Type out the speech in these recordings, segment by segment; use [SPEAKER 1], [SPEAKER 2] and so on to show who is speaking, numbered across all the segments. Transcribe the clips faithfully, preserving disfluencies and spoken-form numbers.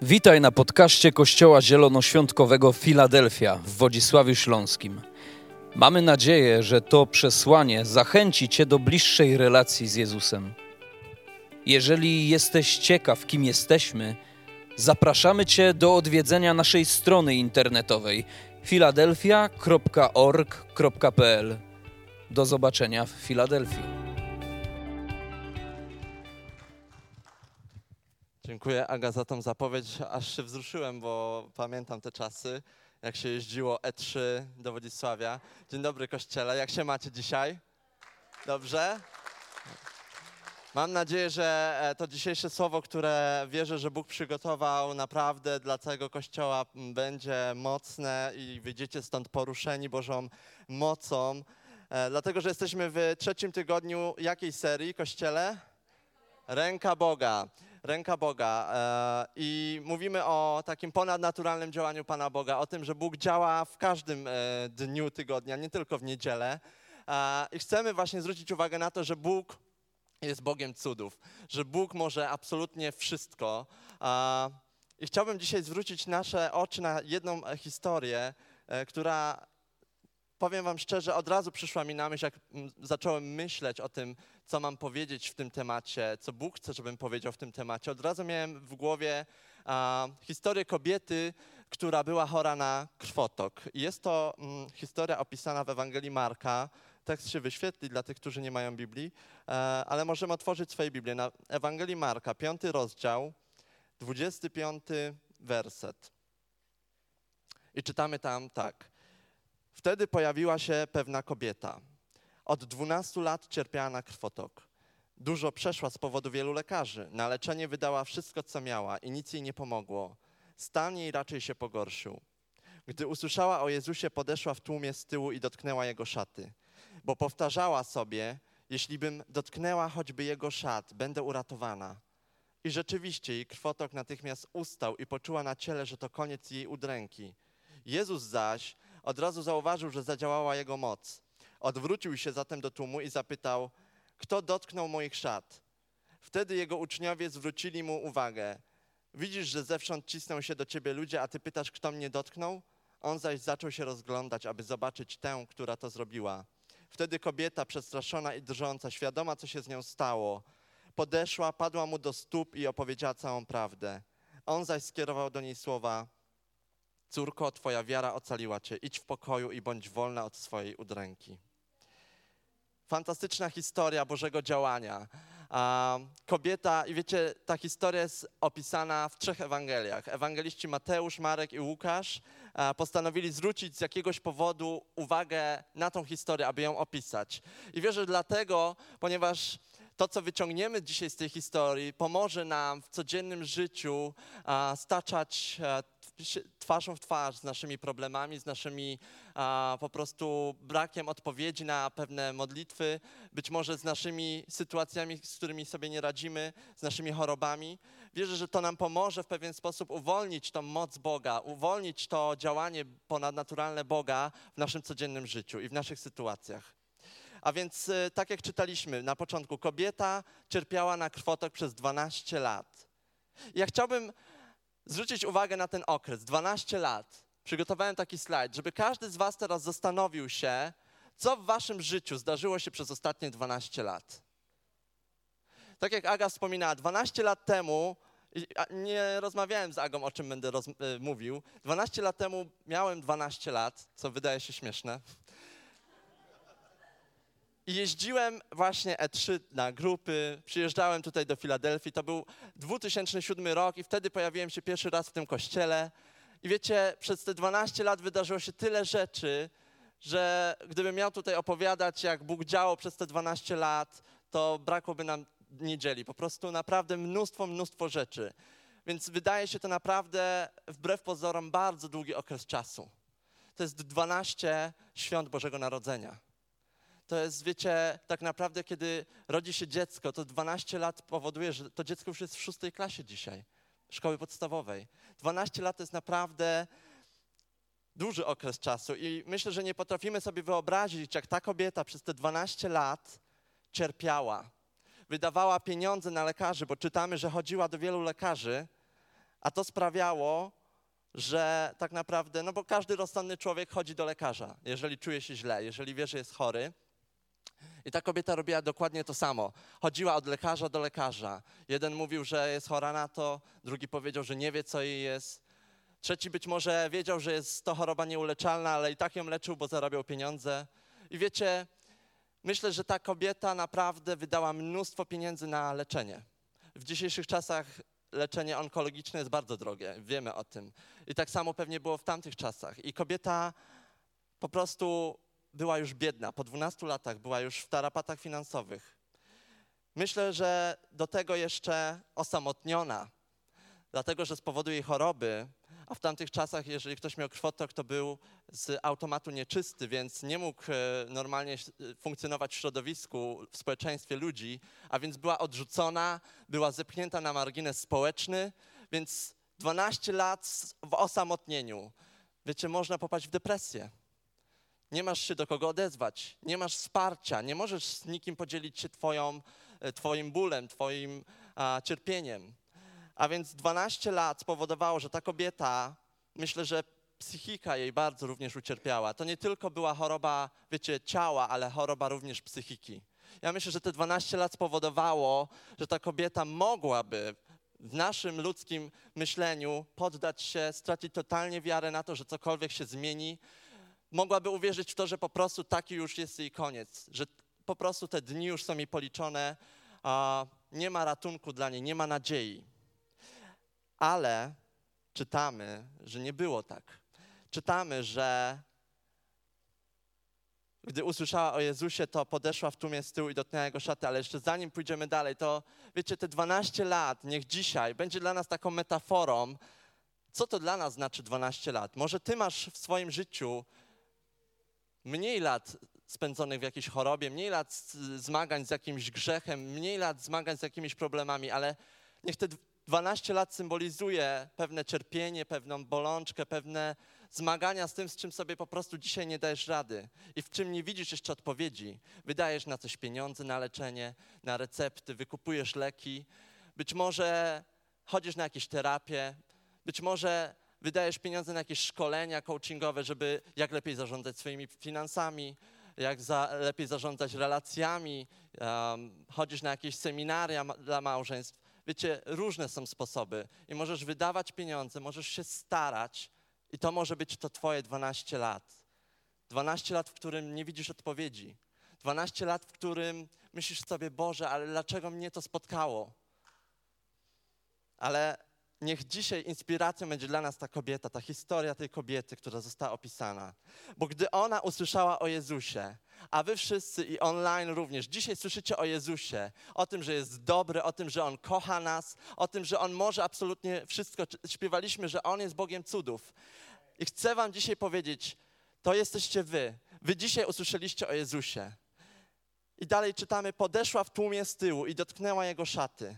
[SPEAKER 1] Witaj na podcaście Kościoła Zielonoświątkowego Filadelfia w Wodzisławiu Śląskim. Mamy nadzieję, że to przesłanie zachęci Cię do bliższej relacji z Jezusem. Jeżeli jesteś ciekaw, kim jesteśmy, zapraszamy Cię do odwiedzenia naszej strony internetowej filadelfia kropka org kropka p l. Do zobaczenia w Filadelfii.
[SPEAKER 2] Dziękuję, Aga, za tą zapowiedź. Aż się wzruszyłem, bo pamiętam te czasy, jak się jeździło E trzy do Wodzisławia. Dzień dobry, Kościele. Jak się macie dzisiaj? Dobrze? Mam nadzieję, że to dzisiejsze słowo, które wierzę, że Bóg przygotował naprawdę dla całego Kościoła, będzie mocne i wyjdziecie stąd poruszeni Bożą mocą. Dlatego, że jesteśmy w trzecim tygodniu jakiej serii, Kościele? Ręka Boga. Ręka Boga i mówimy o takim ponadnaturalnym działaniu Pana Boga, o tym, że Bóg działa w każdym dniu tygodnia, nie tylko w niedzielę. I chcemy właśnie zwrócić uwagę na to, że Bóg jest Bogiem cudów, że Bóg może absolutnie wszystko. I chciałbym dzisiaj zwrócić nasze oczy na jedną historię, która, powiem wam szczerze, od razu przyszła mi na myśl, jak zacząłem myśleć o tym, co mam powiedzieć w tym temacie, co Bóg chce, żebym powiedział w tym temacie. Od razu miałem w głowie a, historię kobiety, która była chora na krwotok. I jest to mm, historia opisana w Ewangelii Marka. Tekst się wyświetli dla tych, którzy nie mają Biblii, e, ale możemy otworzyć swoje Biblię. Na Ewangelii Marka, piąty rozdział, dwudziesty piąty werset. I czytamy tam tak. Wtedy pojawiła się pewna kobieta. Od dwunastu lat cierpiała na krwotok. Dużo przeszła z powodu wielu lekarzy. Na leczenie wydała wszystko, co miała i nic jej nie pomogło. Stan jej raczej się pogorszył. Gdy usłyszała o Jezusie, podeszła w tłumie z tyłu i dotknęła Jego szaty. Bo powtarzała sobie, jeśli bym dotknęła choćby Jego szat, będę uratowana. I rzeczywiście jej krwotok natychmiast ustał i poczuła na ciele, że to koniec jej udręki. Jezus zaś od razu zauważył, że zadziałała Jego moc. Odwrócił się zatem do tłumu i zapytał, kto dotknął moich szat? Wtedy Jego uczniowie zwrócili Mu uwagę. Widzisz, że zewsząd cisną się do Ciebie ludzie, a Ty pytasz, kto mnie dotknął? On zaś zaczął się rozglądać, aby zobaczyć tę, która to zrobiła. Wtedy kobieta, przestraszona i drżąca, świadoma, co się z nią stało, podeszła, padła Mu do stóp i opowiedziała całą prawdę. On zaś skierował do niej słowa, córko, Twoja wiara ocaliła Cię, idź w pokoju i bądź wolna od swojej udręki. Fantastyczna historia Bożego działania. Kobieta, i wiecie, ta historia jest opisana w trzech Ewangeliach. Ewangeliści Mateusz, Marek i Łukasz postanowili zwrócić z jakiegoś powodu uwagę na tą historię, aby ją opisać. I wierzę dlatego, ponieważ to, co wyciągniemy dzisiaj z tej historii, pomoże nam w codziennym życiu staczać twarzą w twarz z naszymi problemami, z naszymi a, po prostu brakiem odpowiedzi na pewne modlitwy, być może z naszymi sytuacjami, z którymi sobie nie radzimy, z naszymi chorobami. Wierzę, że to nam pomoże w pewien sposób uwolnić tą moc Boga, uwolnić to działanie ponadnaturalne Boga w naszym codziennym życiu i w naszych sytuacjach. A więc tak jak czytaliśmy na początku, kobieta cierpiała na krwotok przez dwanaście lat. I ja chciałbym zwrócić uwagę na ten okres, dwanaście lat. Przygotowałem taki slajd, żeby każdy z was teraz zastanowił się, co w waszym życiu zdarzyło się przez ostatnie dwanaście lat. Tak jak Aga wspominała, dwanaście lat temu, nie rozmawiałem z Agą, o czym będę roz, mówił, dwanaście lat temu miałem dwanaście lat, co wydaje się śmieszne. I jeździłem właśnie E trzy na grupy, przyjeżdżałem tutaj do Filadelfii, to był dwa tysiące siódmy rok i wtedy pojawiłem się pierwszy raz w tym kościele. I wiecie, przez te dwanaście lat wydarzyło się tyle rzeczy, że gdybym miał tutaj opowiadać, jak Bóg działał przez te dwanaście lat, to brakłoby nam niedzieli. Po prostu naprawdę mnóstwo, mnóstwo rzeczy. Więc wydaje się to naprawdę, wbrew pozorom, bardzo długi okres czasu. To jest dwanaście świąt Bożego Narodzenia. To jest, wiecie, tak naprawdę, kiedy rodzi się dziecko, to dwanaście lat powoduje, że to dziecko już jest w szóstej klasie dzisiaj, szkoły podstawowej. dwanaście lat to jest naprawdę duży okres czasu i myślę, że nie potrafimy sobie wyobrazić, jak ta kobieta przez te dwanaście lat cierpiała. Wydawała pieniądze na lekarzy, bo czytamy, że chodziła do wielu lekarzy, A to sprawiało, że tak naprawdę, no bo każdy rozsądny człowiek chodzi do lekarza, jeżeli czuje się źle, jeżeli wie, że jest chory. I ta kobieta robiła dokładnie to samo. Chodziła od lekarza do lekarza. Jeden mówił, że jest chora na to, drugi powiedział, że nie wie, co jej jest. Trzeci być może wiedział, że jest to choroba nieuleczalna, ale i tak ją leczył, bo zarabiał pieniądze. I wiecie, myślę, że ta kobieta naprawdę wydała mnóstwo pieniędzy na leczenie. W dzisiejszych czasach leczenie onkologiczne jest bardzo drogie, wiemy o tym. I tak samo pewnie było w tamtych czasach. I kobieta po prostu była już biedna, po dwunastu latach była już w tarapatach finansowych. Myślę, że do tego jeszcze osamotniona, dlatego że z powodu jej choroby, a w tamtych czasach, jeżeli ktoś miał krwotok, to był z automatu nieczysty, więc nie mógł normalnie funkcjonować w środowisku, w społeczeństwie ludzi, a więc była odrzucona, była zepchnięta na margines społeczny, więc dwanaście lat w osamotnieniu. Wiecie, można popaść w depresję. Nie masz się do kogo odezwać, nie masz wsparcia, nie możesz z nikim podzielić się twoją, twoim bólem, twoim a, cierpieniem. A więc dwanaście lat spowodowało, że ta kobieta, myślę, że psychika jej bardzo również ucierpiała. To nie tylko była choroba, wiecie, ciała, ale choroba również psychiki. Ja myślę, że te dwanaście lat spowodowało, że ta kobieta mogłaby w naszym ludzkim myśleniu poddać się, stracić totalnie wiarę na to, że cokolwiek się zmieni. Mogłaby uwierzyć w to, że po prostu taki już jest jej koniec, że po prostu te dni już są jej policzone, a nie ma ratunku dla niej, nie ma nadziei. Ale czytamy, że nie było tak. Czytamy, że gdy usłyszała o Jezusie, to podeszła w tłumie z tyłu i dotknęła Jego szaty. Ale jeszcze zanim pójdziemy dalej, to wiecie, te dwanaście lat, niech dzisiaj będzie dla nas taką metaforą, co to dla nas znaczy dwanaście lat. Może ty masz w swoim życiu mniej lat spędzonych w jakiejś chorobie, mniej lat zmagań z jakimś grzechem, mniej lat zmagań z jakimiś problemami, ale niech te dwanaście lat symbolizuje pewne cierpienie, pewną bolączkę, pewne zmagania z tym, z czym sobie po prostu dzisiaj nie dajesz rady i w czym nie widzisz jeszcze odpowiedzi. Wydajesz na coś pieniądze, na leczenie, na recepty, wykupujesz leki, być może chodzisz na jakieś terapie, być może wydajesz pieniądze na jakieś szkolenia coachingowe, żeby jak lepiej zarządzać swoimi finansami, jak za, lepiej zarządzać relacjami, um, chodzisz na jakieś seminaria ma, dla małżeństw. Wiecie, różne są sposoby i możesz wydawać pieniądze, możesz się starać i to może być to twoje dwanaście lat. dwanaście lat, w którym nie widzisz odpowiedzi. dwanaście lat, w którym myślisz sobie, Boże, ale dlaczego mnie to spotkało? Ale niech dzisiaj inspiracją będzie dla nas ta kobieta, ta historia tej kobiety, która została opisana. Bo gdy ona usłyszała o Jezusie, a wy wszyscy i online również dzisiaj słyszycie o Jezusie, o tym, że jest dobry, o tym, że On kocha nas, o tym, że On może absolutnie wszystko. Śpiewaliśmy, że On jest Bogiem cudów. I chcę wam dzisiaj powiedzieć, to jesteście wy. Wy dzisiaj usłyszeliście o Jezusie. I dalej czytamy, podeszła w tłumie z tyłu i dotknęła Jego szaty.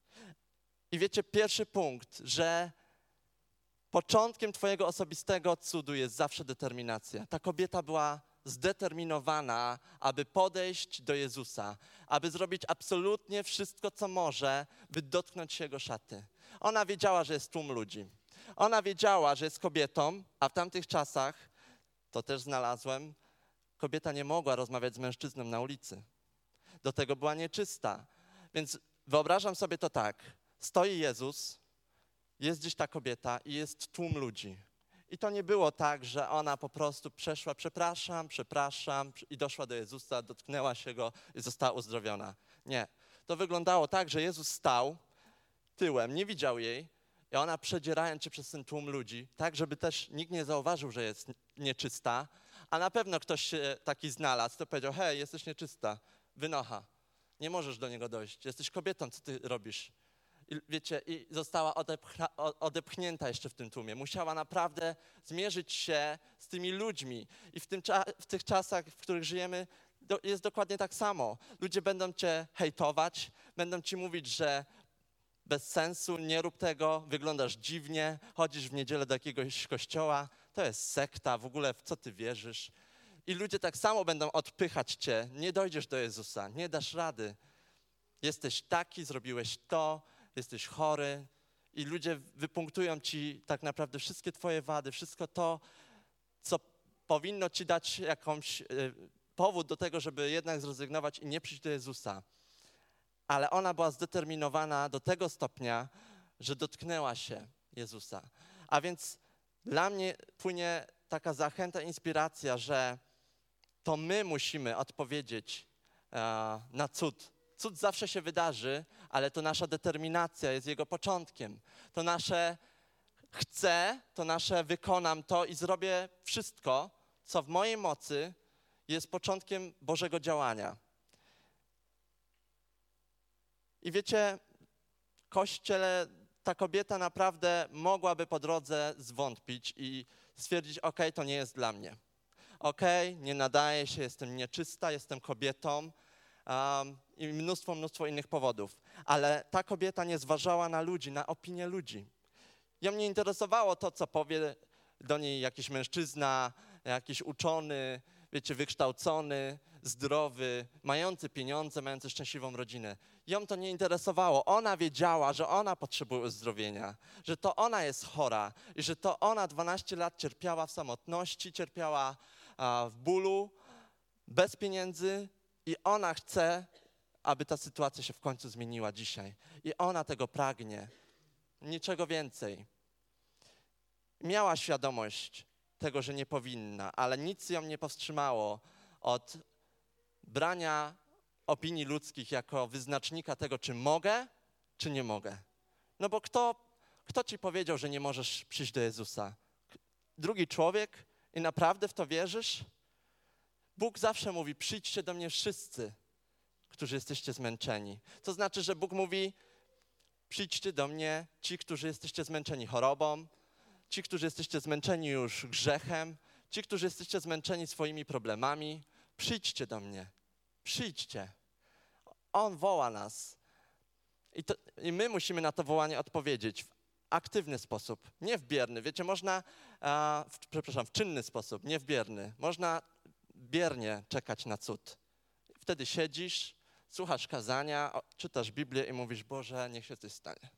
[SPEAKER 2] I wiecie, pierwszy punkt, że początkiem twojego osobistego cudu jest zawsze determinacja. Ta kobieta była zdeterminowana, aby podejść do Jezusa, aby zrobić absolutnie wszystko, co może, by dotknąć się Jego szaty. Ona wiedziała, że jest tłum ludzi. Ona wiedziała, że jest kobietą, a w tamtych czasach, to też znalazłem, kobieta nie mogła rozmawiać z mężczyzną na ulicy. Do tego była nieczysta. Więc wyobrażam sobie to tak. Stoi Jezus, jest gdzieś ta kobieta i jest tłum ludzi. I to nie było tak, że ona po prostu przeszła, przepraszam, przepraszam i doszła do Jezusa, dotknęła się Go i została uzdrowiona. Nie. To wyglądało tak, że Jezus stał tyłem, nie widział jej i ona przedzierając się przez ten tłum ludzi, tak żeby też nikt nie zauważył, że jest nieczysta, a na pewno ktoś się taki znalazł, to powiedział, hej, jesteś nieczysta, wynocha, nie możesz do niego dojść, jesteś kobietą, co ty robisz? I wiecie, i została odepcha, odepchnięta jeszcze w tym tłumie. Musiała naprawdę zmierzyć się z tymi ludźmi. I w, tym, w tych czasach, w których żyjemy, do, jest dokładnie tak samo. Ludzie będą cię hejtować, będą ci mówić, że bez sensu, nie rób tego, wyglądasz dziwnie, chodzisz w niedzielę do jakiegoś kościoła, to jest sekta, w ogóle w co ty wierzysz? I ludzie tak samo będą odpychać cię, nie dojdziesz do Jezusa, nie dasz rady. Jesteś taki, zrobiłeś to, jesteś chory i ludzie wypunktują ci tak naprawdę wszystkie twoje wady, wszystko to, co powinno ci dać jakąś y, powód do tego, żeby jednak zrezygnować i nie przyjść do Jezusa. Ale ona była zdeterminowana do tego stopnia, że dotknęła się Jezusa. A więc dla mnie płynie taka zachęta, inspiracja, że to my musimy odpowiedzieć uh, na cud. Cud zawsze się wydarzy, ale to nasza determinacja jest jego początkiem. To nasze chcę, to nasze wykonam to i zrobię wszystko, co w mojej mocy jest początkiem Bożego działania. I wiecie, Kościele, ta kobieta naprawdę mogłaby po drodze zwątpić i stwierdzić, okej, to nie jest dla mnie. Okej, nie nadaje się, jestem nieczysta, jestem kobietą um, i mnóstwo, mnóstwo innych powodów. Ale ta kobieta nie zważała na ludzi, na opinię ludzi. Ją nie interesowało to, co powie do niej jakiś mężczyzna, jakiś uczony, wiecie, wykształcony, zdrowy, mający pieniądze, mający szczęśliwą rodzinę. Ją to nie interesowało. Ona wiedziała, że ona potrzebuje uzdrowienia, że to ona jest chora i że to ona dwanaście lat cierpiała w samotności, cierpiała a, w bólu, bez pieniędzy i ona chce, aby ta sytuacja się w końcu zmieniła dzisiaj. I ona tego pragnie. Niczego więcej. Miała świadomość tego, że nie powinna, ale nic ją nie powstrzymało od brania opinii ludzkich jako wyznacznika tego, czy mogę, czy nie mogę. No bo kto, kto ci powiedział, że nie możesz przyjść do Jezusa? Drugi człowiek? I naprawdę w to wierzysz? Bóg zawsze mówi, przyjdźcie do mnie wszyscy, którzy jesteście zmęczeni. To znaczy, że Bóg mówi, przyjdźcie do mnie ci, którzy jesteście zmęczeni chorobą, ci, którzy jesteście zmęczeni już grzechem, ci, którzy jesteście zmęczeni swoimi problemami, przyjdźcie do mnie, przyjdźcie. On woła nas i, to, i my musimy na to wołanie odpowiedzieć w aktywny sposób, nie w bierny. Wiecie, można, a, w, przepraszam, w czynny sposób, nie w bierny. Można biernie czekać na cud. Wtedy siedzisz, słuchasz kazania, o, czytasz Biblię i mówisz, Boże, niech się coś stanie.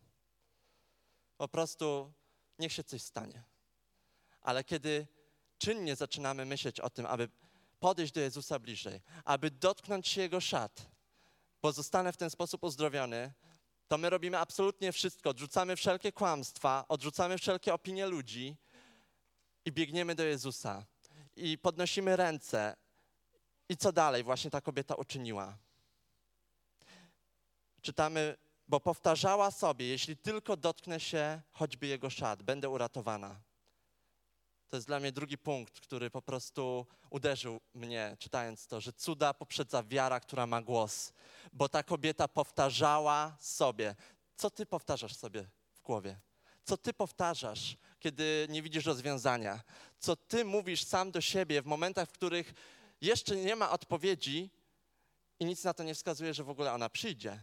[SPEAKER 2] Po prostu niech się coś stanie. Ale kiedy czynnie zaczynamy myśleć o tym, aby podejść do Jezusa bliżej, aby dotknąć się Jego szat, bo zostanę w ten sposób uzdrowiony, to my robimy absolutnie wszystko. Odrzucamy wszelkie kłamstwa, odrzucamy wszelkie opinie ludzi i biegniemy do Jezusa. I podnosimy ręce. I co dalej właśnie ta kobieta uczyniła? Czytamy, bo powtarzała sobie, jeśli tylko dotknę się choćby Jego szat, będę uratowana. To jest dla mnie drugi punkt, który po prostu uderzył mnie, czytając to, że cuda poprzedza wiara, która ma głos. Bo ta kobieta powtarzała sobie. Co ty powtarzasz sobie w głowie? Co ty powtarzasz, kiedy nie widzisz rozwiązania? Co ty mówisz sam do siebie w momentach, w których jeszcze nie ma odpowiedzi i nic na to nie wskazuje, że w ogóle ona przyjdzie?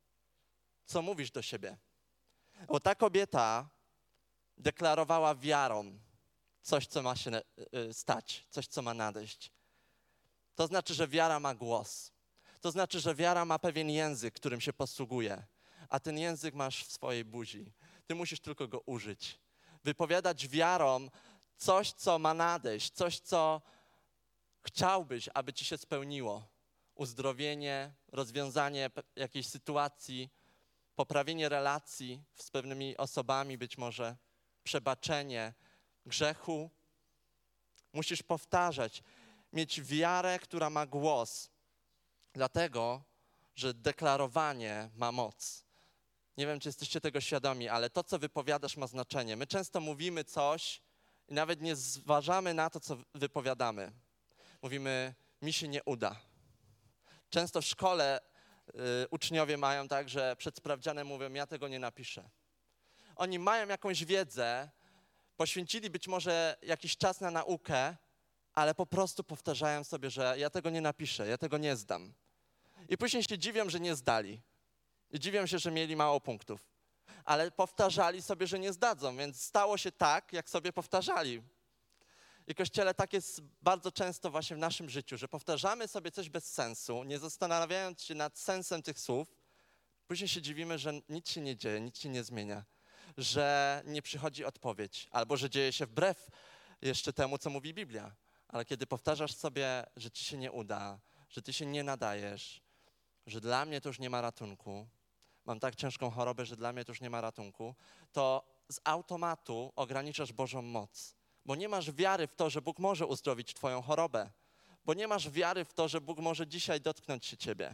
[SPEAKER 2] Co mówisz do siebie? Bo ta kobieta deklarowała wiarą coś, co ma się stać, coś, co ma nadejść. To znaczy, że wiara ma głos. To znaczy, że wiara ma pewien język, którym się posługuje, a ten język masz w swojej buzi. Ty musisz tylko go użyć. Wypowiadać wiarą coś, co ma nadejść, coś, co chciałbyś, aby ci się spełniło. Uzdrowienie, rozwiązanie jakiejś sytuacji, poprawienie relacji z pewnymi osobami, być może przebaczenie grzechu. Musisz powtarzać, mieć wiarę, która ma głos, dlatego, że deklarowanie ma moc. Nie wiem, czy jesteście tego świadomi, ale to, co wypowiadasz, ma znaczenie. My często mówimy coś i nawet nie zważamy na to, co wypowiadamy. Mówimy, mi się nie uda. Często w szkole y, uczniowie mają tak, że przed sprawdzianem mówią, ja tego nie napiszę. Oni mają jakąś wiedzę, poświęcili być może jakiś czas na naukę, ale po prostu powtarzają sobie, że ja tego nie napiszę, ja tego nie zdam. I później się dziwią, że nie zdali. I dziwią się, że mieli mało punktów. Ale powtarzali sobie, że nie zdadzą, więc stało się tak, jak sobie powtarzali. I Kościele, tak jest bardzo często właśnie w naszym życiu, że powtarzamy sobie coś bez sensu, nie zastanawiając się nad sensem tych słów, później się dziwimy, że nic się nie dzieje, nic się nie zmienia. że nie przychodzi odpowiedź, albo że dzieje się wbrew jeszcze temu, co mówi Biblia. Ale kiedy powtarzasz sobie, że ci się nie uda, że ty się nie nadajesz, że dla mnie to już nie ma ratunku, mam tak ciężką chorobę, że dla mnie to już nie ma ratunku, to z automatu ograniczasz Bożą moc, bo nie masz wiary w to, że Bóg może uzdrowić twoją chorobę, bo nie masz wiary w to, że Bóg może dzisiaj dotknąć się ciebie.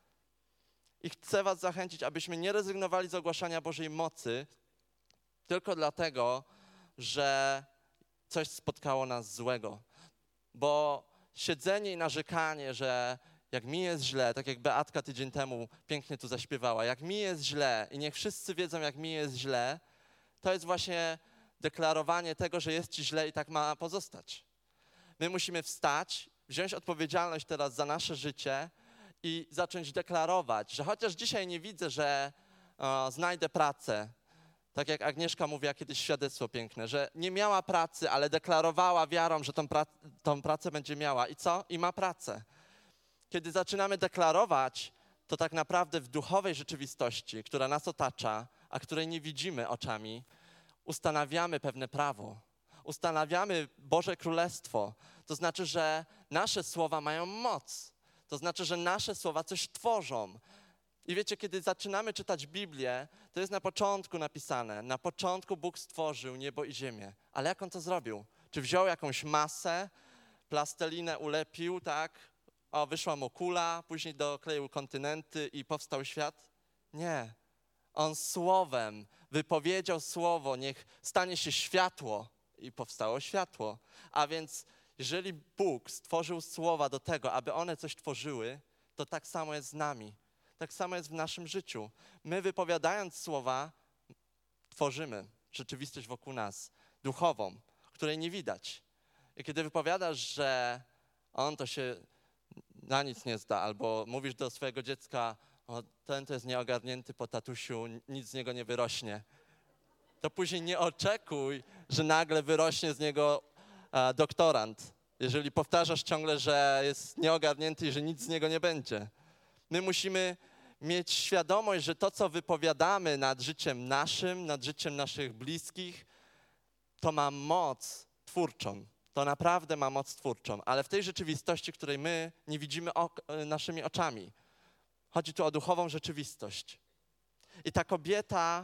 [SPEAKER 2] I chcę was zachęcić, abyśmy nie rezygnowali z ogłaszania Bożej mocy tylko dlatego, że coś spotkało nas złego. Bo siedzenie i narzekanie, że jak mi jest źle, tak jak Beatka tydzień temu pięknie tu zaśpiewała, jak mi jest źle i niech wszyscy wiedzą, jak mi jest źle, to jest właśnie deklarowanie tego, że jest ci źle i tak ma pozostać. My musimy wstać, wziąć odpowiedzialność teraz za nasze życie i zacząć deklarować, że chociaż dzisiaj nie widzę, że o, znajdę pracę, tak jak Agnieszka mówiła kiedyś świadectwo piękne, że nie miała pracy, ale deklarowała wiarą, że tą, pra- tą pracę będzie miała. I co? I ma pracę. Kiedy zaczynamy deklarować, to tak naprawdę w duchowej rzeczywistości, która nas otacza, a której nie widzimy oczami, ustanawiamy pewne prawo. Ustanawiamy Boże Królestwo. To znaczy, że nasze słowa mają moc. To znaczy, że nasze słowa coś tworzą. I wiecie, kiedy zaczynamy czytać Biblię, to jest na początku napisane. Na początku Bóg stworzył niebo i ziemię. Ale jak On to zrobił? Czy wziął jakąś masę, plastelinę ulepił, tak? O, wyszła mu kula, później dokleił kontynenty i powstał świat? Nie. On słowem wypowiedział słowo, niech stanie się światło i powstało światło. A więc jeżeli Bóg stworzył słowa do tego, aby one coś tworzyły, to tak samo jest z nami. Tak samo jest w naszym życiu. My wypowiadając słowa, tworzymy rzeczywistość wokół nas, duchową, której nie widać. I kiedy wypowiadasz, że on to się na nic nie zda, albo mówisz do swojego dziecka, o, ten to jest nieogarnięty po tatusiu, nic z niego nie wyrośnie, to później nie oczekuj, że nagle wyrośnie z niego a, doktorant, jeżeli powtarzasz ciągle, że jest nieogarnięty i że nic z niego nie będzie. My musimy mieć świadomość, że to, co wypowiadamy nad życiem naszym, nad życiem naszych bliskich, to ma moc twórczą. To naprawdę ma moc twórczą, ale w tej rzeczywistości, której my nie widzimy ok- naszymi oczami. Chodzi tu o duchową rzeczywistość. I ta kobieta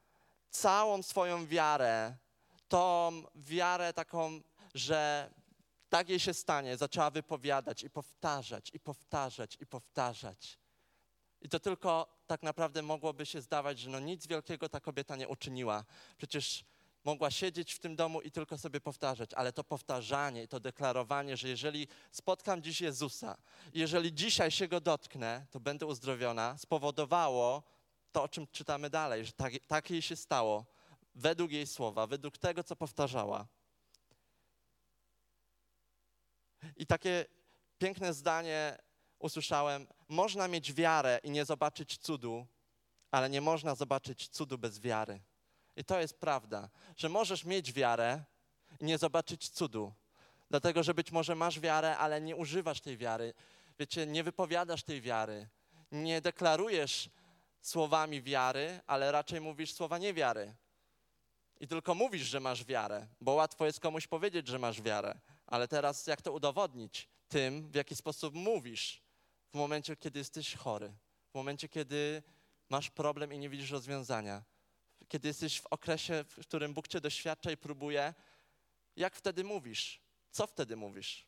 [SPEAKER 2] całą swoją wiarę, tą wiarę taką, że tak jej się stanie, zaczęła wypowiadać i powtarzać, i powtarzać, i powtarzać. I to tylko tak naprawdę mogłoby się zdawać, że no nic wielkiego ta kobieta nie uczyniła. Przecież mogła siedzieć w tym domu i tylko sobie powtarzać, ale to powtarzanie i to deklarowanie, że jeżeli spotkam dziś Jezusa, jeżeli dzisiaj się Go dotknę, to będę uzdrowiona, spowodowało to, o czym czytamy dalej, że tak, tak jej się stało, według jej słowa, według tego, co powtarzała. I takie piękne zdanie usłyszałem, można mieć wiarę i nie zobaczyć cudu, ale nie można zobaczyć cudu bez wiary. I to jest prawda, że możesz mieć wiarę i nie zobaczyć cudu. Dlatego, że być może masz wiarę, ale nie używasz tej wiary. Wiecie, nie wypowiadasz tej wiary. Nie deklarujesz słowami wiary, ale raczej mówisz słowa niewiary. I tylko mówisz, że masz wiarę, bo łatwo jest komuś powiedzieć, że masz wiarę. Ale teraz jak to udowodnić? Tym, w jaki sposób mówisz w momencie, kiedy jesteś chory, w momencie, kiedy masz problem i nie widzisz rozwiązania, kiedy jesteś w okresie, w którym Bóg cię doświadcza i próbuje, jak wtedy mówisz? Co wtedy mówisz?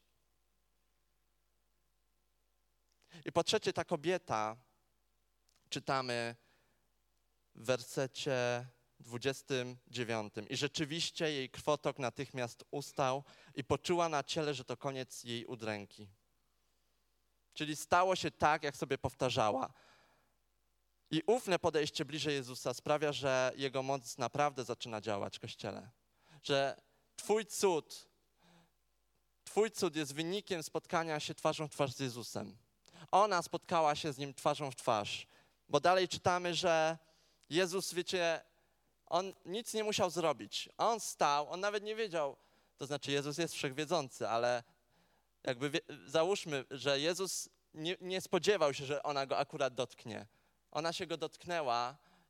[SPEAKER 2] I po trzecie, ta kobieta, czytamy w wersecie dwudziestym dziewiątym. I rzeczywiście jej krwotok natychmiast ustał i poczuła na ciele, że to koniec jej udręki. Czyli stało się tak, jak sobie powtarzała. I ufne podejście bliżej Jezusa sprawia, że Jego moc naprawdę zaczyna działać w Kościele. Że Twój cud, Twój cud jest wynikiem spotkania się twarzą w twarz z Jezusem. Ona spotkała się z Nim twarzą w twarz. Bo dalej czytamy, że Jezus, wiecie, On nic nie musiał zrobić. On stał, On nawet nie wiedział, to znaczy Jezus jest wszechwiedzący, ale jakby wie, załóżmy, że Jezus nie, nie spodziewał się, że ona Go akurat dotknie. Ona się Go dotknęła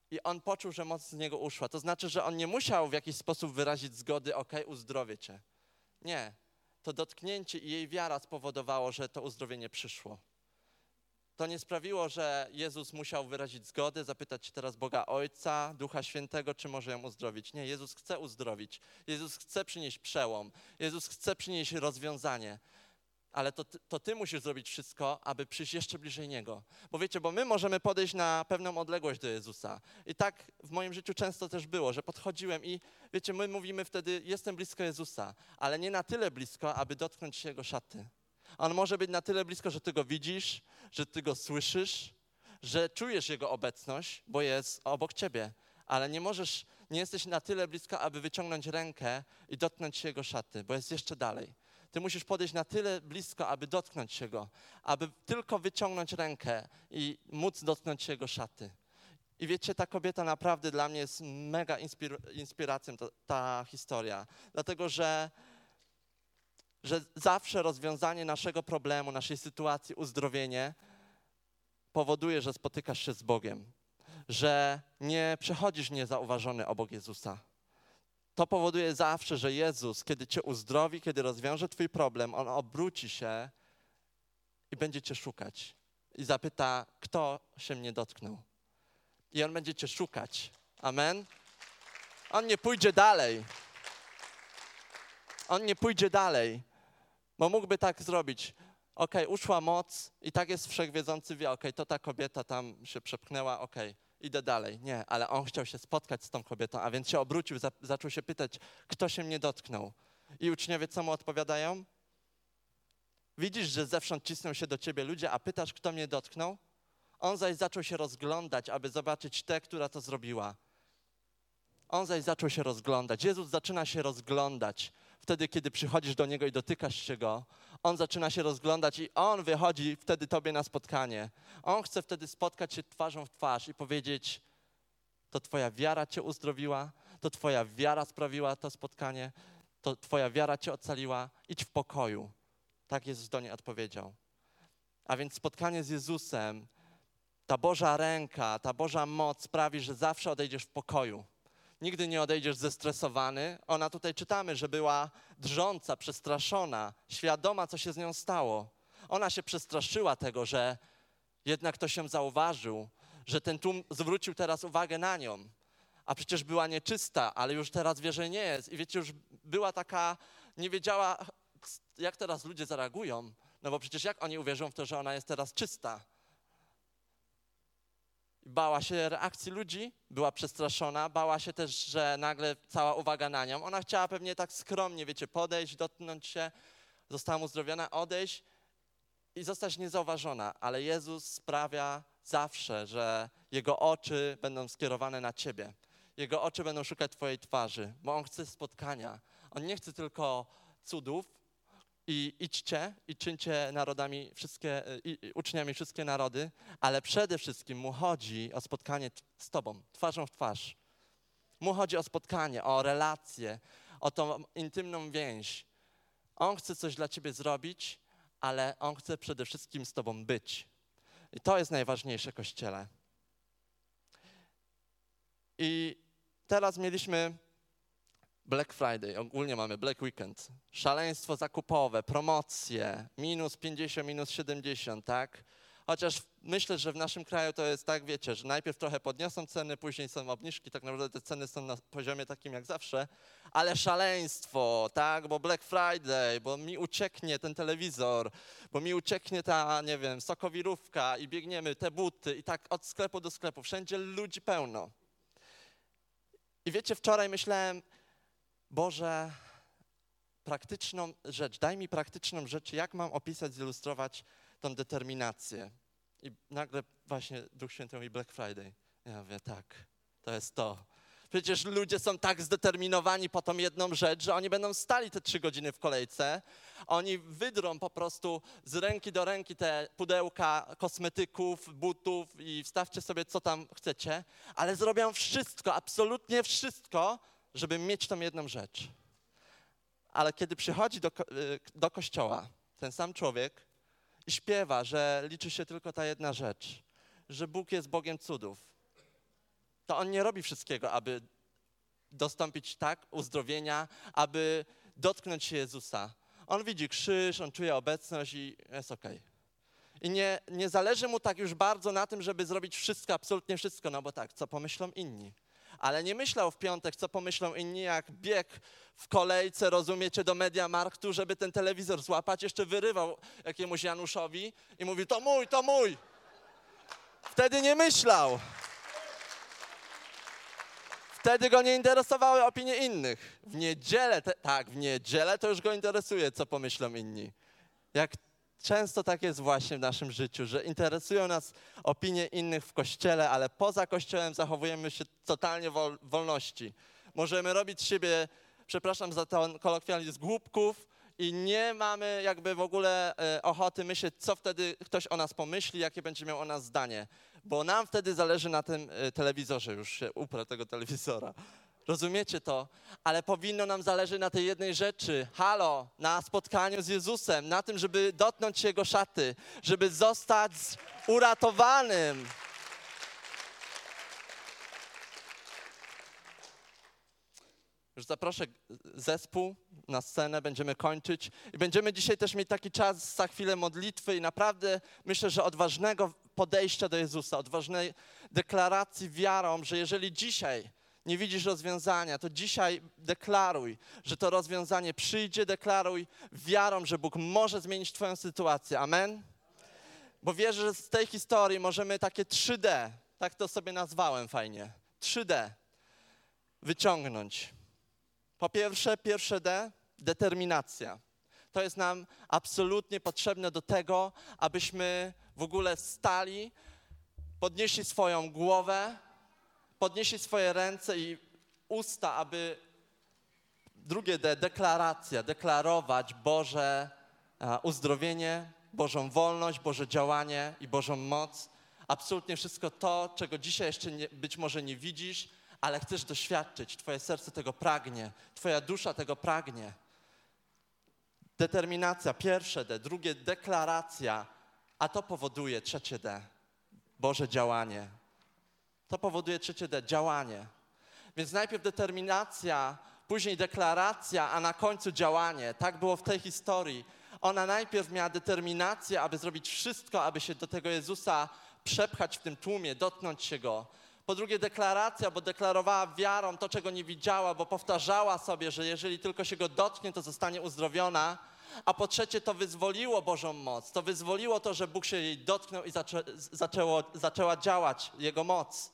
[SPEAKER 2] I on poczuł, że moc z niego uszła. To znaczy, że on nie musiał w jakiś sposób wyrazić zgody, okej, uzdrowię cię. Nie. To dotknięcie i jej wiara spowodowało, że to uzdrowienie przyszło. To nie sprawiło, że Jezus musiał wyrazić zgodę, zapytać teraz Boga Ojca, Ducha Świętego, czy może ją uzdrowić. Nie, Jezus chce uzdrowić. Jezus chce przynieść przełom. Jezus chce przynieść rozwiązanie. Ale to, to ty musisz zrobić wszystko, aby przyjść jeszcze bliżej Niego. Bo wiecie, bo my możemy podejść na pewną odległość do Jezusa. I tak w moim życiu często też było, że podchodziłem i wiecie, my mówimy wtedy, jestem blisko Jezusa, ale nie na tyle blisko, aby dotknąć się Jego szaty. On może być na tyle blisko, że ty Go widzisz, że ty Go słyszysz, że czujesz Jego obecność, bo jest obok ciebie, ale nie możesz, nie jesteś na tyle blisko, aby wyciągnąć rękę i dotknąć się Jego szaty, bo jest jeszcze dalej. Ty musisz podejść na tyle blisko, aby dotknąć się Go, aby tylko wyciągnąć rękę i móc dotknąć się Jego szaty. I wiecie, ta kobieta naprawdę dla mnie jest mega inspir- inspiracją, ta, ta historia, dlatego że że zawsze rozwiązanie naszego problemu, naszej sytuacji, uzdrowienie powoduje, że spotykasz się z Bogiem, że nie przechodzisz niezauważony obok Jezusa. To powoduje zawsze, że Jezus, kiedy cię uzdrowi, kiedy rozwiąże twój problem, On obróci się i będzie cię szukać. I zapyta, kto się mnie dotknął. I On będzie cię szukać. Amen? On nie pójdzie dalej. On nie pójdzie dalej. Bo mógłby tak zrobić, okej, okay, uszła moc i tak jest wszechwiedzący, wie, okej, okay, to ta kobieta tam się przepchnęła, okej, okay, idę dalej. Nie, ale on chciał się spotkać z tą kobietą, a więc się obrócił, za, zaczął się pytać, kto się mnie dotknął. I uczniowie co mu odpowiadają? Widzisz, że zewsząd cisną się do ciebie ludzie, a pytasz, kto mnie dotknął? On zaś zaczął się rozglądać, aby zobaczyć tę, która to zrobiła. On zaś zaczął się rozglądać. Jezus zaczyna się rozglądać. Wtedy, kiedy przychodzisz do Niego i dotykasz się Go, On zaczyna się rozglądać i On wychodzi wtedy tobie na spotkanie. On chce wtedy spotkać się twarzą w twarz i powiedzieć, to twoja wiara cię uzdrowiła, to twoja wiara sprawiła to spotkanie, to twoja wiara cię ocaliła, idź w pokoju. Tak Jezus do niej odpowiedział. A więc spotkanie z Jezusem, ta Boża ręka, ta Boża moc sprawi, że zawsze odejdziesz w pokoju. Nigdy nie odejdziesz zestresowany. Ona tutaj czytamy, że była drżąca, przestraszona, świadoma, co się z nią stało. Ona się przestraszyła tego, że jednak ktoś ją zauważył, że ten tłum zwrócił teraz uwagę na nią. A przecież była nieczysta, ale już teraz wie, że nie jest. I wiecie, już była taka, nie wiedziała, jak teraz ludzie zareagują. No bo przecież jak oni uwierzą w to, że ona jest teraz czysta? Bała się reakcji ludzi, była przestraszona, bała się też, że nagle cała uwaga na nią. Ona chciała pewnie tak skromnie, wiecie, podejść, dotknąć się, została uzdrowiona, odejść i zostać niezauważona. Ale Jezus sprawia zawsze, że Jego oczy będą skierowane na ciebie. Jego oczy będą szukać twojej twarzy, bo On chce spotkania. On nie chce tylko cudów, i idźcie i czyńcie narodami wszystkie, i, i uczniami wszystkie narody, ale przede wszystkim Mu chodzi o spotkanie z tobą, twarzą w twarz. Mu chodzi o spotkanie, o relację, o tą intymną więź. On chce coś dla ciebie zrobić, ale On chce przede wszystkim z tobą być. I to jest najważniejsze, Kościele. I teraz mieliśmy Black Friday, ogólnie mamy Black Weekend, szaleństwo zakupowe, promocje, minus pięćdziesiąt, minus siedemdziesiąt, tak? Chociaż myślę, że w naszym kraju to jest tak, wiecie, że najpierw trochę podniosą ceny, później są obniżki, tak naprawdę te ceny są na poziomie takim jak zawsze, ale szaleństwo, tak? Bo Black Friday, bo mi ucieknie ten telewizor, bo mi ucieknie ta, nie wiem, sokowirówka i biegniemy, te buty i tak od sklepu do sklepu, wszędzie ludzi pełno. I wiecie, wczoraj myślałem, Boże, praktyczną rzecz, daj mi praktyczną rzecz, jak mam opisać, zilustrować tą determinację. I nagle właśnie Duch Święty mówi Black Friday. Ja mówię, tak, to jest to. Przecież ludzie są tak zdeterminowani po tą jedną rzecz, że oni będą stali te trzy godziny w kolejce. Oni wydrą po prostu z ręki do ręki te pudełka kosmetyków, butów i wstawcie sobie, co tam chcecie, ale zrobią wszystko, absolutnie wszystko, żeby mieć tą jedną rzecz. Ale kiedy przychodzi do, do kościoła ten sam człowiek i śpiewa, że liczy się tylko ta jedna rzecz, że Bóg jest Bogiem cudów, to On nie robi wszystkiego, aby dostąpić tak uzdrowienia, aby dotknąć się Jezusa. On widzi krzyż, On czuje obecność i jest okej. I nie, nie zależy Mu tak już bardzo na tym, żeby zrobić wszystko, absolutnie wszystko, no bo tak, co pomyślą inni. Ale nie myślał w piątek, co pomyślą inni, jak biegł w kolejce, rozumiecie, do Mediamarktu, żeby ten telewizor złapać, jeszcze wyrywał jakiemuś Januszowi i mówił, to mój, to mój. Wtedy nie myślał. Wtedy go nie interesowały opinie innych. W niedzielę, te, tak, w niedzielę to już go interesuje, co pomyślą inni. Jak często tak jest właśnie w naszym życiu, że interesują nas opinie innych w Kościele, ale poza Kościołem zachowujemy się totalnie wol, wolności. Możemy robić z siebie, przepraszam za ten kolokwializm, głupków i nie mamy jakby w ogóle e, ochoty myśleć, co wtedy ktoś o nas pomyśli, jakie będzie miał o nas zdanie. Bo nam wtedy zależy na tym e, telewizorze, już się uprę tego telewizora. Rozumiecie to? Ale powinno nam zależeć na tej jednej rzeczy. Halo, na spotkaniu z Jezusem, na tym, żeby dotknąć Jego szaty, żeby zostać uratowanym. Już zaproszę zespół na scenę, będziemy kończyć i będziemy dzisiaj też mieć taki czas za chwilę modlitwy i naprawdę myślę, że odważnego podejścia do Jezusa, odważnej deklaracji wiarą, że jeżeli dzisiaj nie widzisz rozwiązania, to dzisiaj deklaruj, że to rozwiązanie przyjdzie, deklaruj wiarą, że Bóg może zmienić twoją sytuację. Amen? Bo wierzę, że z tej historii możemy takie trzy D, tak to sobie nazwałem fajnie, trzy D wyciągnąć. Po pierwsze, pierwsze D, determinacja. To jest nam absolutnie potrzebne do tego, abyśmy w ogóle stali, podnieśli swoją głowę, podnieśli swoje ręce i usta, aby drugie D, deklaracja, deklarować Boże uzdrowienie, Bożą wolność, Boże działanie i Bożą moc. Absolutnie wszystko to, czego dzisiaj jeszcze nie, być może nie widzisz, ale chcesz doświadczyć. Twoje serce tego pragnie, twoja dusza tego pragnie. Determinacja, pierwsze D, drugie deklaracja, a to powoduje trzecie D, Boże działanie. To powoduje trzecie D, działanie. Więc najpierw determinacja, później deklaracja, a na końcu działanie. Tak było w tej historii. Ona najpierw miała determinację, aby zrobić wszystko, aby się do tego Jezusa przepchać w tym tłumie, dotknąć się Go. Po drugie deklaracja, bo deklarowała wiarą to, czego nie widziała, bo powtarzała sobie, że jeżeli tylko się Go dotknie, to zostanie uzdrowiona. A po trzecie to wyzwoliło Bożą moc. To wyzwoliło to, że Bóg się jej dotknął i zaczę, zaczęło, zaczęła działać Jego moc.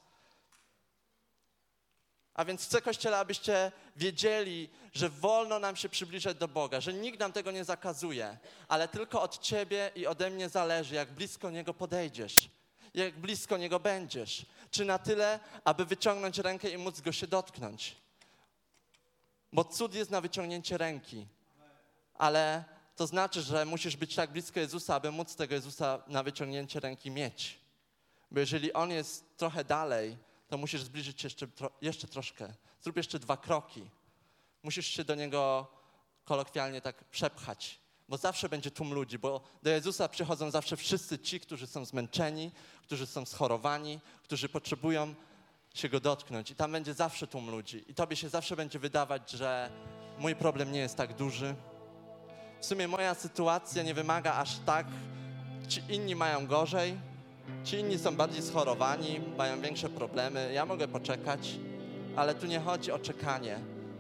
[SPEAKER 2] A więc chcę, Kościele, abyście wiedzieli, że wolno nam się przybliżać do Boga, że nikt nam tego nie zakazuje, ale tylko od Ciebie i ode mnie zależy, jak blisko Niego podejdziesz, jak blisko Niego będziesz. Czy na tyle, aby wyciągnąć rękę i móc Go się dotknąć. Bo cud jest na wyciągnięcie ręki, ale to znaczy, że musisz być tak blisko Jezusa, aby móc tego Jezusa na wyciągnięcie ręki mieć. Bo jeżeli On jest trochę dalej, to musisz zbliżyć się jeszcze, jeszcze troszkę. Zrób jeszcze dwa kroki. Musisz się do Niego kolokwialnie tak przepchać, bo zawsze będzie tłum ludzi, bo do Jezusa przychodzą zawsze wszyscy ci, którzy są zmęczeni, którzy są schorowani, którzy potrzebują się Go dotknąć. I tam będzie zawsze tłum ludzi. I tobie się zawsze będzie wydawać, że mój problem nie jest tak duży. W sumie moja sytuacja nie wymaga aż tak. Ci inni mają gorzej. Ci inni są bardziej schorowani, mają większe problemy. Ja mogę poczekać, ale tu nie chodzi o czekanie.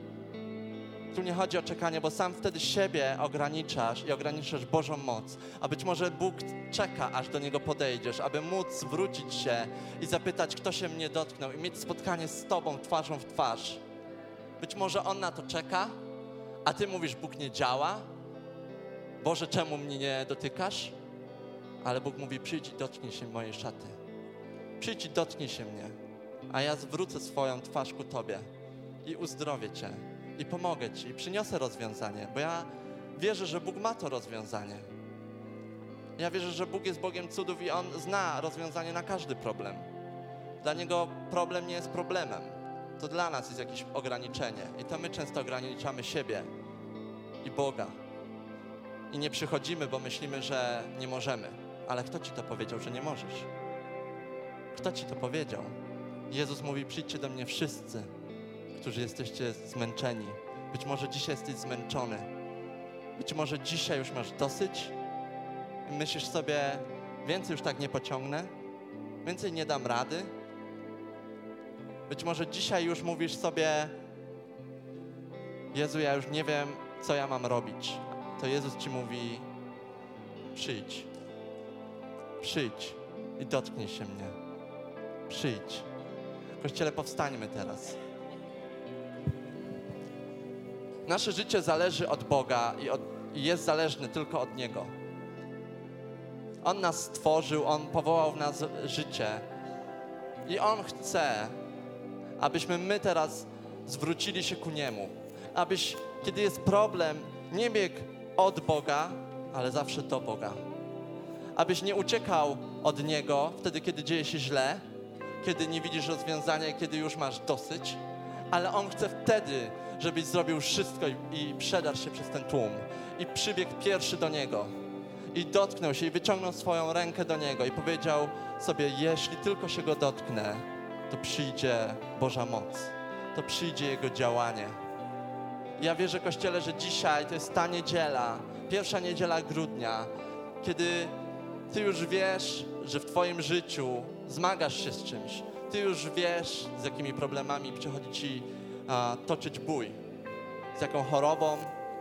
[SPEAKER 2] Tu nie chodzi o czekanie, bo sam wtedy siebie ograniczasz i ograniczasz Bożą moc. A być może Bóg czeka, aż do Niego podejdziesz, aby móc zwrócić się i zapytać, kto się mnie dotknął i mieć spotkanie z Tobą twarzą w twarz. Być może On na to czeka, a Ty mówisz, Bóg nie działa. Boże, czemu mnie nie dotykasz? Ale Bóg mówi, przyjdź i dotknij się mojej szaty. Przyjdź i dotknij się mnie, a ja zwrócę swoją twarz ku Tobie i uzdrowię Cię. I pomogę Ci, i przyniosę rozwiązanie, bo ja wierzę, że Bóg ma to rozwiązanie. Ja wierzę, że Bóg jest Bogiem cudów i On zna rozwiązanie na każdy problem. Dla Niego problem nie jest problemem. To dla nas jest jakieś ograniczenie i to my często ograniczamy siebie i Boga. I nie przychodzimy, bo myślimy, że nie możemy. Ale kto Ci to powiedział, że nie możesz? Kto Ci to powiedział? Jezus mówi, przyjdźcie do mnie wszyscy, którzy jesteście zmęczeni. Być może dzisiaj jesteś zmęczony. Być może dzisiaj już masz dosyć. Myślisz sobie, więcej już tak nie pociągnę, więcej nie dam rady. Być może dzisiaj już mówisz sobie, Jezu, ja już nie wiem, co ja mam robić. To Jezus ci mówi, przyjdź, przyjdź i dotknij się mnie. Przyjdź. Kościele, powstańmy teraz. Nasze życie zależy od Boga i, od, i jest zależne tylko od Niego. On nas stworzył, On powołał w nas życie i On chce, abyśmy my teraz zwrócili się ku Niemu. Abyś, kiedy jest problem, nie biegł od Boga, ale zawsze do Boga. Abyś nie uciekał od Niego wtedy, kiedy dzieje się źle, kiedy nie widzisz rozwiązania, kiedy już masz dosyć, ale On chce wtedy, żebyś zrobił wszystko i, i przedarł się przez ten tłum i przybiegł pierwszy do Niego i dotknął się i wyciągnął swoją rękę do Niego i powiedział sobie, jeśli tylko się Go dotknę, to przyjdzie Boża moc, to przyjdzie Jego działanie. Ja wierzę, Kościele, że dzisiaj to jest ta niedziela, pierwsza niedziela grudnia, kiedy Ty już wiesz, że w Twoim życiu zmagasz się z czymś. Ty już wiesz, z jakimi problemami przychodzi Ci a, toczyć bój, z jaką chorobą.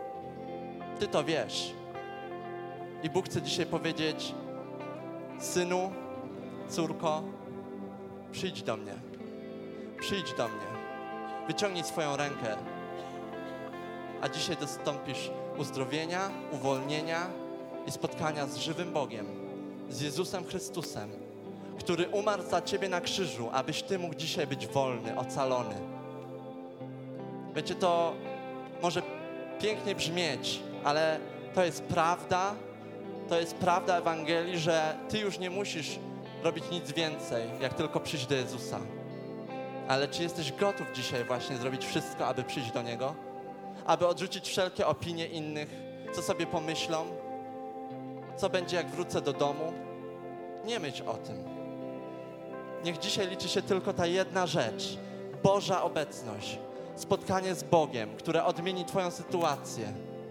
[SPEAKER 2] Ty to wiesz. I Bóg chce dzisiaj powiedzieć, synu, córko, przyjdź do mnie. Przyjdź do mnie. Wyciągnij swoją rękę. A dzisiaj dostąpisz uzdrowienia, uwolnienia i spotkania z żywym Bogiem, z Jezusem Chrystusem, który umarł za Ciebie na krzyżu, abyś Ty mógł dzisiaj być wolny, ocalony. Wiecie, to może pięknie brzmieć, ale to jest prawda, to jest prawda Ewangelii, że Ty już nie musisz robić nic więcej, jak tylko przyjść do Jezusa. Ale czy jesteś gotów dzisiaj właśnie zrobić wszystko, aby przyjść do Niego? Aby odrzucić wszelkie opinie innych, co sobie pomyślą, co będzie, jak wrócę do domu? Nie myśl o tym. Niech dzisiaj liczy się tylko ta jedna rzecz. Boża obecność. Spotkanie z Bogiem, które odmieni Twoją sytuację.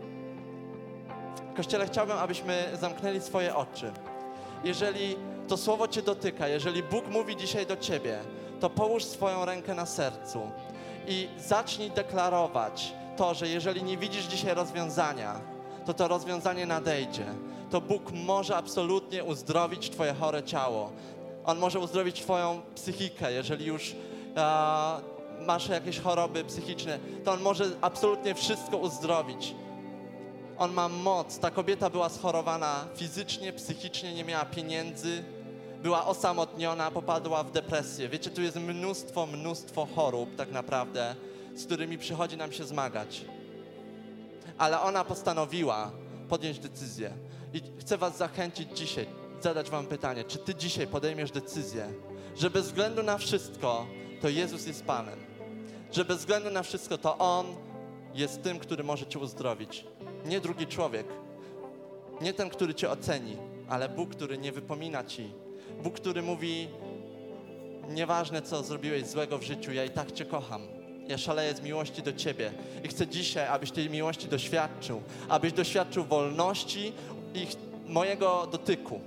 [SPEAKER 2] Kościele, chciałbym, abyśmy zamknęli swoje oczy. Jeżeli to słowo Cię dotyka, jeżeli Bóg mówi dzisiaj do Ciebie, to połóż swoją rękę na sercu i zacznij deklarować to, że jeżeli nie widzisz dzisiaj rozwiązania, to to rozwiązanie nadejdzie. To Bóg może absolutnie uzdrowić Twoje chore ciało. On może uzdrowić Twoją psychikę, jeżeli już a, masz jakieś choroby psychiczne, to On może absolutnie wszystko uzdrowić. On ma moc. Ta kobieta była schorowana fizycznie, psychicznie, nie miała pieniędzy, była osamotniona, popadła w depresję. Wiecie, tu jest mnóstwo, mnóstwo chorób tak naprawdę, z którymi przychodzi nam się zmagać. Ale ona postanowiła podjąć decyzję. I chcę was zachęcić dzisiaj, zadać wam pytanie, czy ty dzisiaj podejmiesz decyzję, że bez względu na wszystko, to Jezus jest Panem. Że bez względu na wszystko, to On jest tym, który może cię uzdrowić. Nie drugi człowiek, nie ten, który cię oceni, ale Bóg, który nie wypomina ci. Bóg, który mówi, nieważne co zrobiłeś złego w życiu, ja i tak cię kocham. Ja szaleję z miłości do Ciebie i chcę dzisiaj, abyś tej miłości doświadczył, abyś doświadczył wolności i mojego dotyku.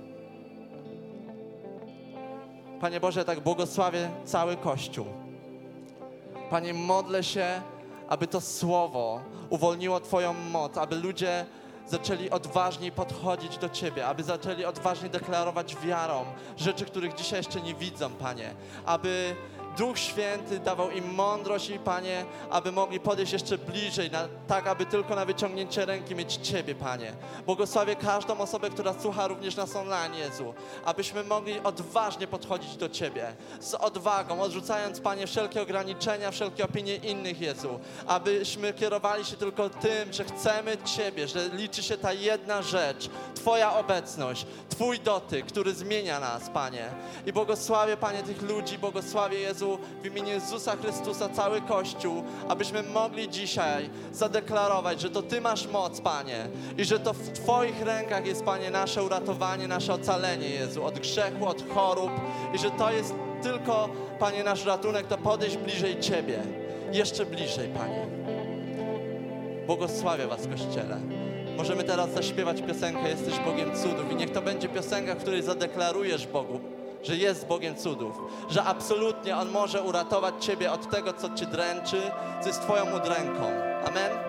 [SPEAKER 2] Panie Boże, tak błogosławię cały Kościół. Panie, modlę się, aby to słowo uwolniło Twoją moc, aby ludzie zaczęli odważniej podchodzić do Ciebie, aby zaczęli odważniej deklarować wiarą rzeczy, których dzisiaj jeszcze nie widzą, Panie. Aby Duch Święty dawał im mądrość i, Panie, aby mogli podejść jeszcze bliżej, na, tak aby tylko na wyciągnięcie ręki mieć Ciebie, Panie. Błogosławię każdą osobę, która słucha również nas online, Jezu, abyśmy mogli odważnie podchodzić do Ciebie, z odwagą, odrzucając, Panie, wszelkie ograniczenia, wszelkie opinie innych, Jezu, abyśmy kierowali się tylko tym, że chcemy Ciebie, że liczy się ta jedna rzecz, Twoja obecność, Twój dotyk, który zmienia nas, Panie. I błogosławię, Panie, tych ludzi, błogosławię, Jezu, w imieniu Jezusa Chrystusa, cały Kościół, abyśmy mogli dzisiaj zadeklarować, że to Ty masz moc, Panie, i że to w Twoich rękach jest, Panie, nasze uratowanie, nasze ocalenie, Jezu, od grzechu, od chorób i że to jest tylko, Panie, nasz ratunek to podejść bliżej Ciebie. Jeszcze bliżej, Panie. Błogosławię Was, Kościele. Możemy teraz zaśpiewać piosenkę Jesteś Bogiem cudów i niech to będzie piosenka, w której zadeklarujesz Bogu, że jest Bogiem cudów, że absolutnie On może uratować Ciebie od tego, co Cię dręczy, co jest Twoją udręką. Amen?